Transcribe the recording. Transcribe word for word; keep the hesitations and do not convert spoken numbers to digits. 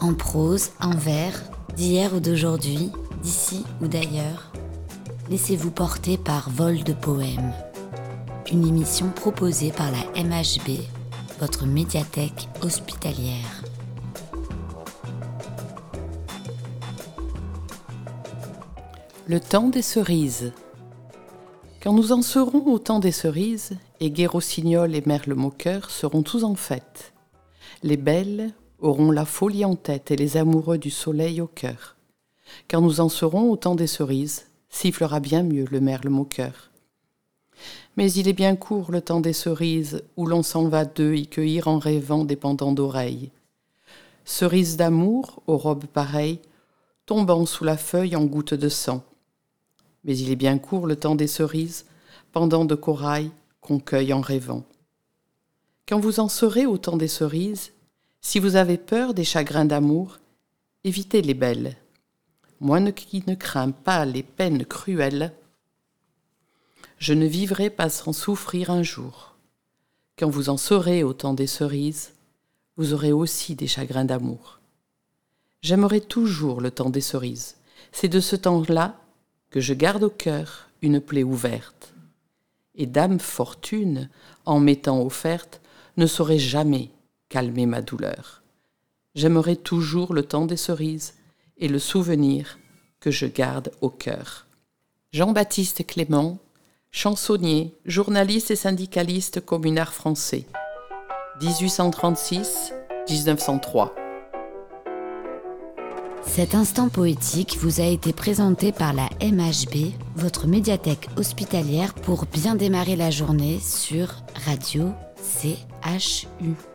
En prose, en vers, d'hier ou d'aujourd'hui, d'ici ou d'ailleurs, laissez-vous porter par Vol de poèmes. Une émission proposée par la M H B, votre médiathèque hospitalière. Le temps des cerises. Quand nous en serons au temps des cerises, et Gai Rossignol et Merle Moqueur seront tous en fête. Les belles auront la folie en tête et les amoureux du soleil au cœur. Quand nous en serons au temps des cerises, sifflera bien mieux le merle moqueur. Mais il est bien court le temps des cerises, où l'on s'en va d'eux y cueillir en rêvant des pendants d'oreilles. Cerises d'amour, aux robes pareilles, tombant sous la feuille en gouttes de sang. Mais il est bien court le temps des cerises, pendants de corail qu'on cueille en rêvant. Quand vous en serez au temps des cerises, si vous avez peur des chagrins d'amour, évitez les belles. Moi qui ne crains pas les peines cruelles, je ne vivrai pas sans souffrir un jour. Quand vous en serez au temps des cerises, vous aurez aussi des chagrins d'amour. J'aimerai toujours le temps des cerises. C'est de ce temps-là que je garde au cœur une plaie ouverte. Et dame fortune, en m'étant offerte, ne saurait jamais calmer ma douleur. J'aimerai toujours le temps des cerises et le souvenir que je garde au cœur. Jean-Baptiste Clément, chansonnier, journaliste et syndicaliste communard français, dix-huit cent trente-six à dix-neuf cent trois. Cet instant poétique vous a été présenté par la M H B, votre médiathèque hospitalière, pour bien démarrer la journée sur Radio C H U.